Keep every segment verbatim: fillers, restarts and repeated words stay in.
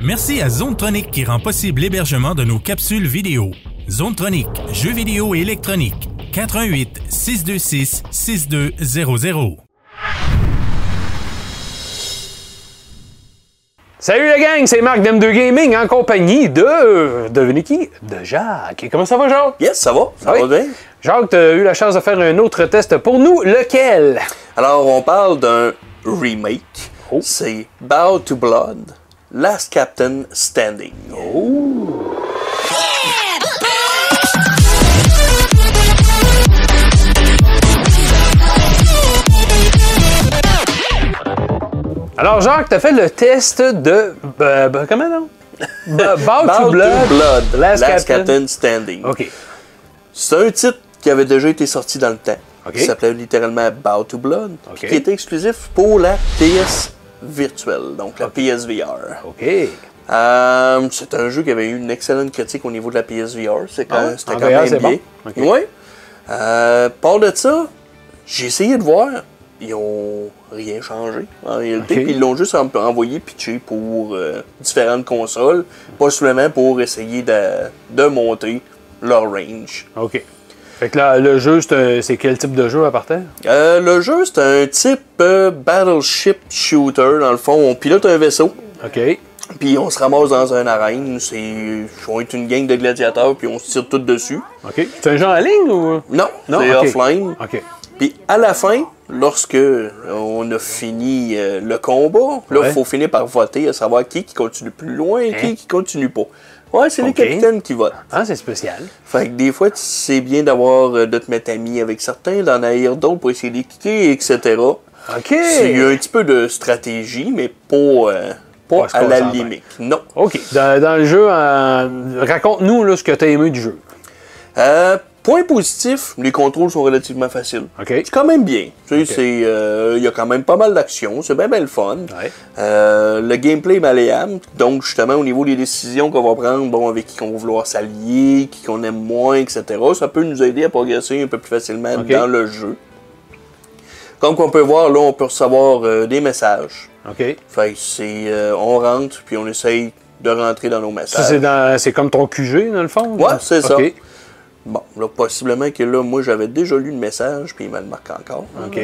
Merci à ZoneTronic qui rend possible l'hébergement de nos capsules vidéo. ZoneTronic, jeux vidéo et électronique. quatre un huit, six deux six, six deux zéro zéro. Salut la gang, c'est Marc d'M deux Gaming en compagnie de... Devinez qui? De Jacques. Comment ça va, Jacques? Yes, ça va, ça oui. va bien. Jacques, tu as eu la chance de faire un autre test pour nous. Lequel? Alors, on parle d'un remake. Oh. C'est Bow to Blood, Last Captain Standing. Oh! Alors, Jacques, tu as fait le test de... Euh, bah, comment non? Bow, Bow to Blood, Blood Last, Last Captain. Captain Standing. OK. C'est un titre qui avait déjà été sorti dans le temps. Okay. Qui s'appelait littéralement Bow to Blood. Okay. Qui était exclusif pour la P S virtuelle, donc la P S V R. OK. Euh, c'est un jeu qui avait eu une excellente critique au niveau de la P S V R. C'était quand, ah ouais? c'était En quand V R, même c'est bien. Bon? Okay. Oui. Euh, part de ça, j'ai essayé de voir. Ils ont rien changé en réalité. Okay. Puis ils l'ont juste envoyé pitcher pour euh, différentes consoles. Pas seulement pour essayer de, de monter leur range. OK. Fait que là, le jeu, c'est, c'est quel type de jeu à partir? Euh, le jeu, c'est un type euh, battleship shooter. Dans le fond, on pilote un vaisseau. OK. Puis on se ramasse dans une arène. C'est, on est une gang de gladiateurs, puis on se tire tout dessus. OK. C'est un jeu en ligne ou? Non, non c'est okay. offline. OK. Puis à la fin, lorsque on a fini euh, le combat, là, il ouais. faut finir par voter à savoir qui qui continue plus loin et hein? qui qui continue pas. Ouais, c'est okay. les capitaines qui votent. Ah, c'est spécial. Fait que des fois, c'est bien d'avoir euh, de te mettre ami avec certains, d'en haïr d'autres pour essayer de les quitter, et cetera. OK. Il y a un petit peu de stratégie, mais pas, euh, pas à la limite. Non. OK. Dans, dans le jeu, euh, raconte-nous là, ce que tu as aimé du jeu. Euh, point positif, les contrôles sont relativement faciles. Okay. C'est quand même bien. Tu sais, okay. c'est, euh, y a quand même pas mal d'action, c'est bien, bien le fun. Ouais. Euh, le gameplay est malléable, donc justement au niveau des décisions qu'on va prendre, bon, avec qui qu'on va vouloir s'allier, qui qu'on aime moins, et cetera, ça peut nous aider à progresser un peu plus facilement okay. dans le jeu. Comme on peut voir, là, on peut recevoir euh, des messages. OK. Fait que c'est, euh, on rentre, puis on essaye de rentrer dans nos messages. Ça, c'est, dans, c'est comme ton Q G, dans le fond? Ouais, c'est okay. ça. Bon, là, possiblement que là, moi, j'avais déjà lu le message, puis il me le marque encore. OK.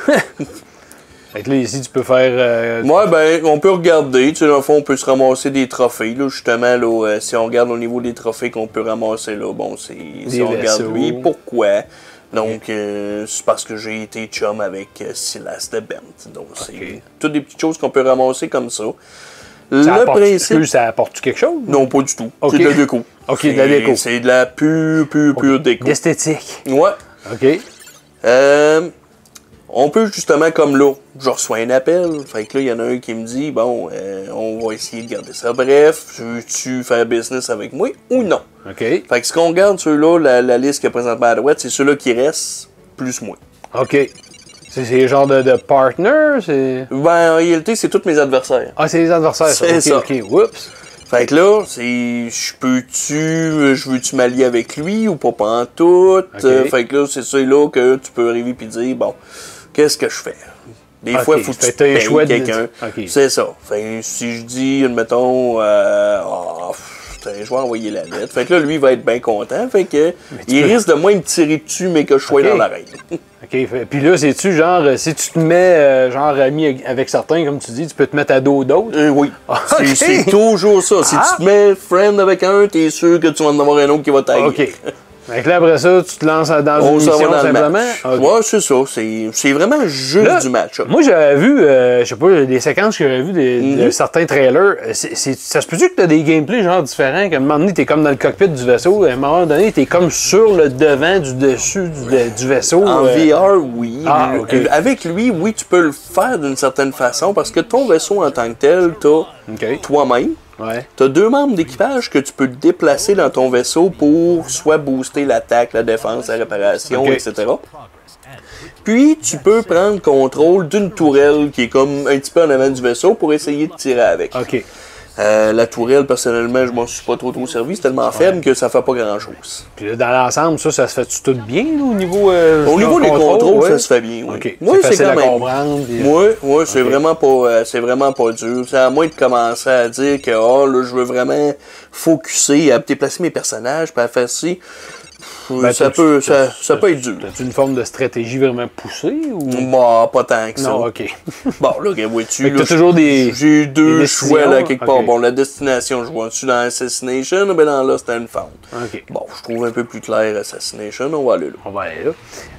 Fait que là, ici, tu peux faire... Euh... Ouais, ben, on peut regarder. Tu sais, dans le fond, on peut se ramasser des trophées, là, justement, là, euh, si on regarde au niveau des trophées qu'on peut ramasser, là, bon, c'est... Des si on vaisseaux. regarde lui, pourquoi? Donc, euh, c'est parce que j'ai été chum avec euh, Silas de Bent. Donc, c'est okay. toutes des petites choses qu'on peut ramasser comme ça. Ça le apporte, principe... ça apporte-tu quelque chose? Non, pas du tout. Okay. C'est de la déco. OK, de la déco. C'est de la pure, pure, pure okay. déco. D'esthétique. Ouais. OK. Euh, on peut justement, comme là, je reçois un appel. Fait que là, il y en a un qui me dit, bon, euh, on va essayer de garder ça bref. Veux-tu faire business avec moi ou non? OK. Fait que ce qu'on regarde, ceux-là, la, la liste qui est présentement à droite, c'est ceux-là qui restent, plus moi. OK. C'est, c'est genre de, de partner? C'est... Ben, en réalité, c'est tous mes adversaires. Ah, c'est les adversaires, ça. C'est OK, ça. OK. Oups. Fait que là, c'est, je peux-tu, je veux-tu m'allier avec lui ou pas pantoute? Okay. Fait que là, c'est ça là que tu peux arriver et dire, bon, qu'est-ce que je fais? Des okay. fois, il faut que tu payes quelqu'un. De... Okay. C'est ça. Fait que si je dis, admettons, euh, oh, putain, je vais envoyer la lettre. Fait que là, lui, il va être bien content. Fait que, il peux... risque de moins me tirer dessus, mais que je sois okay. dans l'arène. OK. Puis là, c'est-tu genre, si tu te mets, euh, genre, ami avec certains, comme tu dis, tu peux te mettre à dos d'autres? Euh, oui. Okay. C'est, c'est toujours ça. Si ah. tu te mets friend avec un, t'es sûr que tu vas en avoir un autre qui va tailler. OK. Fait que là, après ça, tu te lances dans On une mission dans simplement? Okay. Ouais, c'est ça. C'est, c'est vraiment juste là, du match. Moi, j'avais vu, euh, je sais pas, des séquences que j'avais vues des, mm-hmm. de certains trailers. C'est, c'est, ça se peut-tu que tu as des gameplays genre différents? Qu'à un moment donné, tu es comme dans le cockpit du vaisseau. À un moment donné, tu es comme sur le devant du dessus du, de, du vaisseau. En euh... V R, oui. Ah, okay. Avec lui, oui, tu peux le faire d'une certaine façon parce que ton vaisseau en tant que tel, tu as okay. toi-même. Ouais. Tu as deux membres d'équipage que tu peux déplacer dans ton vaisseau pour soit booster l'attaque, la défense, la réparation, okay. et cetera. Puis, tu peux prendre contrôle d'une tourelle qui est comme un petit peu en avant du vaisseau pour essayer de tirer avec. OK. Euh, la tourelle, personnellement, je m'en suis pas trop trop servi. C'est tellement faible ouais. que ça fait pas grand-chose. Puis là, dans l'ensemble, ça, ça se fait tout bien là, au niveau euh, Au niveau des contrôles, contrôles ouais. ça se fait bien, oui. Okay. Moi, c'est facile à comprendre. Puis... Oui, oui, c'est okay. vraiment pas euh, c'est vraiment pas dur. C'est à moins de commencer à dire que oh, là, je veux vraiment focusser, à déplacer mes personnages, puis à faire ci. Ben, ça peut, ça, ça peut être dur. As-tu une forme de stratégie vraiment poussée ou? Bah, pas tant que ça. Non, ok. Bon, là, vois-tu, t'as toujours des. J'ai eu deux des choix, là, quelque part. Okay. Bon, la destination, je vois-tu dans Assassination ou bien dans Lost and Found? Okay. Bon, je trouve un peu plus clair Assassination, on va aller là. On va aller là.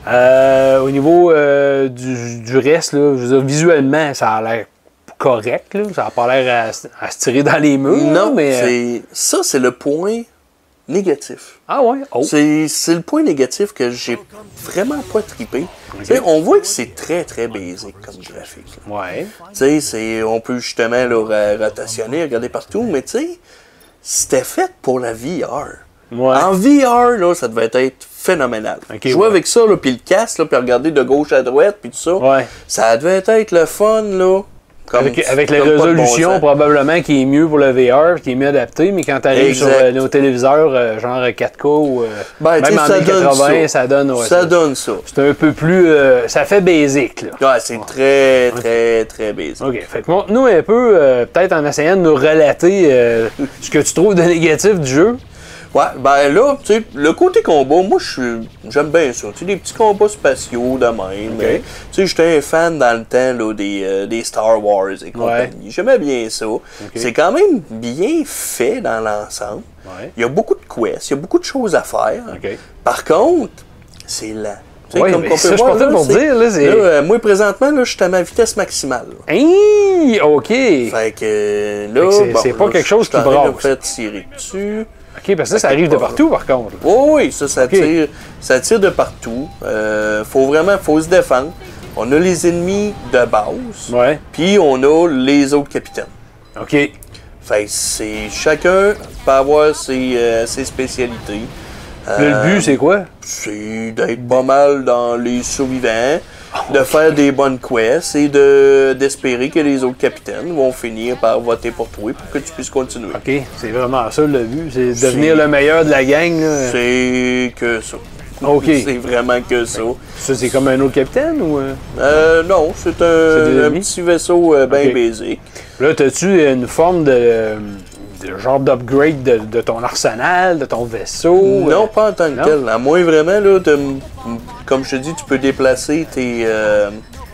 Euh, au niveau euh, du, du reste, là, je veux dire, visuellement, ça a l'air correct, là. Ça n'a pas l'air à, à se tirer dans les murs. Non, mais. C'est... Ça, c'est le point. Négatif. Ah ouais? Oh. C'est, c'est le point négatif que j'ai vraiment pas trippé. Okay. On voit que c'est très, très basique comme graphique. Ouais. T'sais, c'est, on peut justement là, rotationner, regarder partout, mais tu sais, c'était fait pour la V R. Ouais. En V R, là, ça devait être phénoménal. Okay, jouer ouais. avec ça, puis le casque, puis regarder de gauche à droite, puis tout ça, ouais. ça devait être le fun, là. Comme, avec avec la résolution, bon probablement, qui est mieux pour le V R, qui est mieux adapté, mais quand tu arrives sur euh, nos téléviseurs, euh, genre quatre K ou euh, ben, même en mille quatre-vingts, ça. ça donne ouais, ça. Ça donne ça. C'est un peu plus... Euh, ça fait basic, là. Ouais, c'est ouais. très, très, très basic. OK. Fait que montre-nous un peu, euh, peut-être en essayant de nous relater euh, ce que tu trouves de négatif du jeu. Ouais, ben là, tu sais, le côté combat, moi, je j'aime bien ça. Tu sais, des petits combats spatiaux de même. Okay. Tu sais, j'étais un fan dans le temps là, des, euh, des Star Wars et compagnie. Ouais. J'aimais bien ça. Okay. C'est quand même bien fait dans l'ensemble. Ouais. Il y a beaucoup de quests, il y a beaucoup de choses à faire. Okay. Par contre, c'est lent. Oui, comme mais ça, je suis pour dire. Là, c'est... Là, euh, moi, présentement, là, je suis à ma vitesse maximale. Hey, OK. Fait que là, fait que c'est, bon, c'est pas là, quelque chose qui brasse. Je suis en train de me faire tirer dessus. OK, parce que ça, ça arrive de partout, par contre. Oh, oui, ça, ça, okay. tire, ça tire de partout. Euh, faut vraiment, faut se défendre. On a les ennemis de base. Ouais. Puis on a les autres capitaines. OK. Fait que c'est... Chacun peut avoir ses, euh, ses spécialités. Euh, le but, c'est quoi? C'est d'être pas mal dans les survivants, oh, de okay. faire des bonnes quests et de, d'espérer que les autres capitaines vont finir par voter pour toi pour que tu puisses continuer. OK, c'est vraiment ça le but, c'est devenir c'est... le meilleur de la gang. Là. C'est que ça. OK. C'est vraiment que ça. Ça, c'est comme un autre capitaine ou... Euh, non, c'est un, c'est un petit vaisseau euh, bien okay. basique. Là, as-tu une forme de... de genre d'upgrade de, de ton arsenal, de ton vaisseau? Non, euh... pas en tant que non? tel. À moins vraiment, là, de, comme je te dis, tu peux déplacer tes... Euh,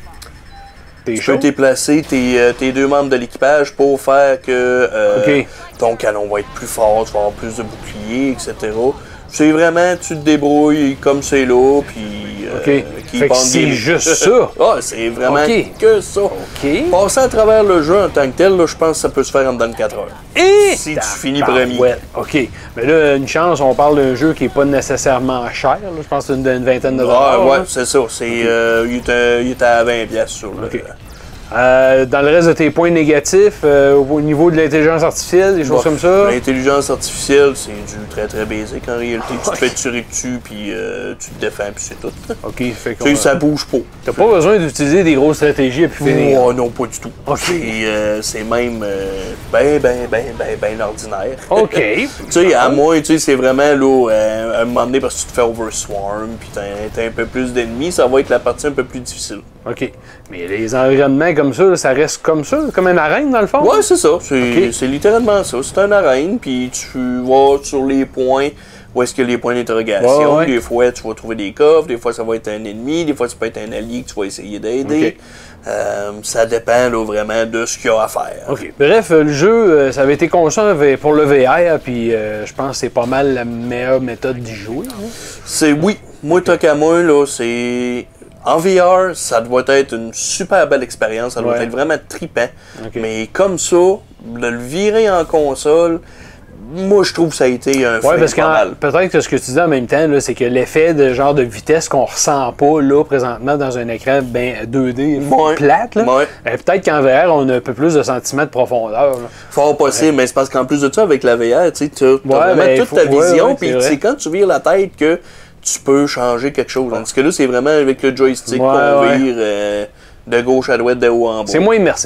tes tu peux déplacer tes, euh, tes deux membres de l'équipage pour faire que euh, okay. ton canon va être plus fort, tu vas avoir plus de boucliers, et cetera. C'est vraiment, tu te débrouilles comme c'est là, puis... Euh, OK. Fait que c'est juste ça? Ah, c'est vraiment okay. que ça. OK. Passer à travers le jeu en tant que tel, là, je pense que ça peut se faire en dedans de quatre heures. Et si tu finis premier. Ouais. OK. Mais là, une chance, on parle d'un jeu qui n'est pas nécessairement cher. Là. Je pense que c'est une, une vingtaine de dollars. Ah, ouais, c'est ça. C'est, okay. euh, il, était, il était à vingt piastres sur le... Okay. Euh, dans le reste de tes points négatifs, euh, au niveau de l'intelligence artificielle, des choses bon, comme ça? L'intelligence artificielle, c'est du très très basique en réalité. Tu te fais tirer dessus, puis euh, tu te défends, puis c'est tout. OK, fait tu sais, ça bouge pas. T'as pas besoin d'utiliser des grosses stratégies à pu finir? Oh, non, pas du tout. OK. Et, euh, c'est même euh, ben, ben, ben, ben, ben ordinaire. OK. Tu sais, à moi, tu sais, c'est vraiment là, euh, à un moment donné, parce que tu te fais overswarm, puis t'as, t'as un peu plus d'ennemis, ça va être la partie un peu plus difficile. OK. Mais les environnements comme ça, ça reste comme ça, comme une arène dans le fond? Ouais, c'est ça. C'est, okay. c'est littéralement ça. C'est une arène, puis tu vas sur les points où est-ce que les points d'interrogation. Ouais, ouais. Des fois, tu vas trouver des coffres, des fois, ça va être un ennemi, des fois, ça peut être un allié que tu vas essayer d'aider. Okay. Euh, ça dépend là, vraiment de ce qu'il y a à faire. OK. Bref, le jeu, ça avait été conçu pour le V R, puis euh, je pense que c'est pas mal la meilleure méthode d'y jouer. Hein? C'est oui. Moi, tant qu'à moi, là, c'est... En V R, ça doit être une super belle expérience, ça doit ouais. être vraiment trippant. Okay. Mais comme ça, de le virer en console, moi je trouve que ça a été un ouais, parce que peut-être que ce que tu dis en même temps, là, c'est que l'effet de genre de vitesse qu'on ressent pas là présentement dans un écran ben, deux D ouais. plate, là, ouais. peut-être qu'en V R, on a un peu plus de sentiment de profondeur. Là. Fort possible, ouais. mais c'est parce qu'en plus de ça, avec la V R, tu as ouais, vraiment ben, toute faut... ta vision, puis ouais, c'est quand tu vires la tête que tu peux changer quelque chose. Tandis que là, c'est vraiment avec le joystick ouais, qu'on ouais. vire euh, de gauche à droite, de haut en bas. C'est moins immersif.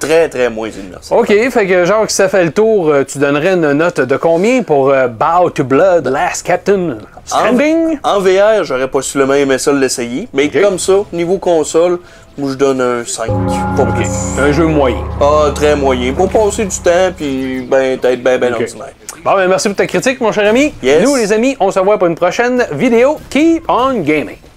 très, très moins immersif. OK, fait que genre, si ça fait le tour, tu donnerais une note de combien pour euh, Bow to Blood, Last Captain Standing? En, en V R, j'aurais possiblement aimé ça l'essayer, mais okay. Comme ça, niveau console, moi je donne un cinq, pas okay. plus. Un jeu moyen. Ah, très moyen. Pour passer du temps, puis ben, être bien, bien okay. ordinaire. Bon, ben merci pour ta critique, mon cher ami. Yes. Nous, les amis, on se revoit pour une prochaine vidéo. Keep on gaming.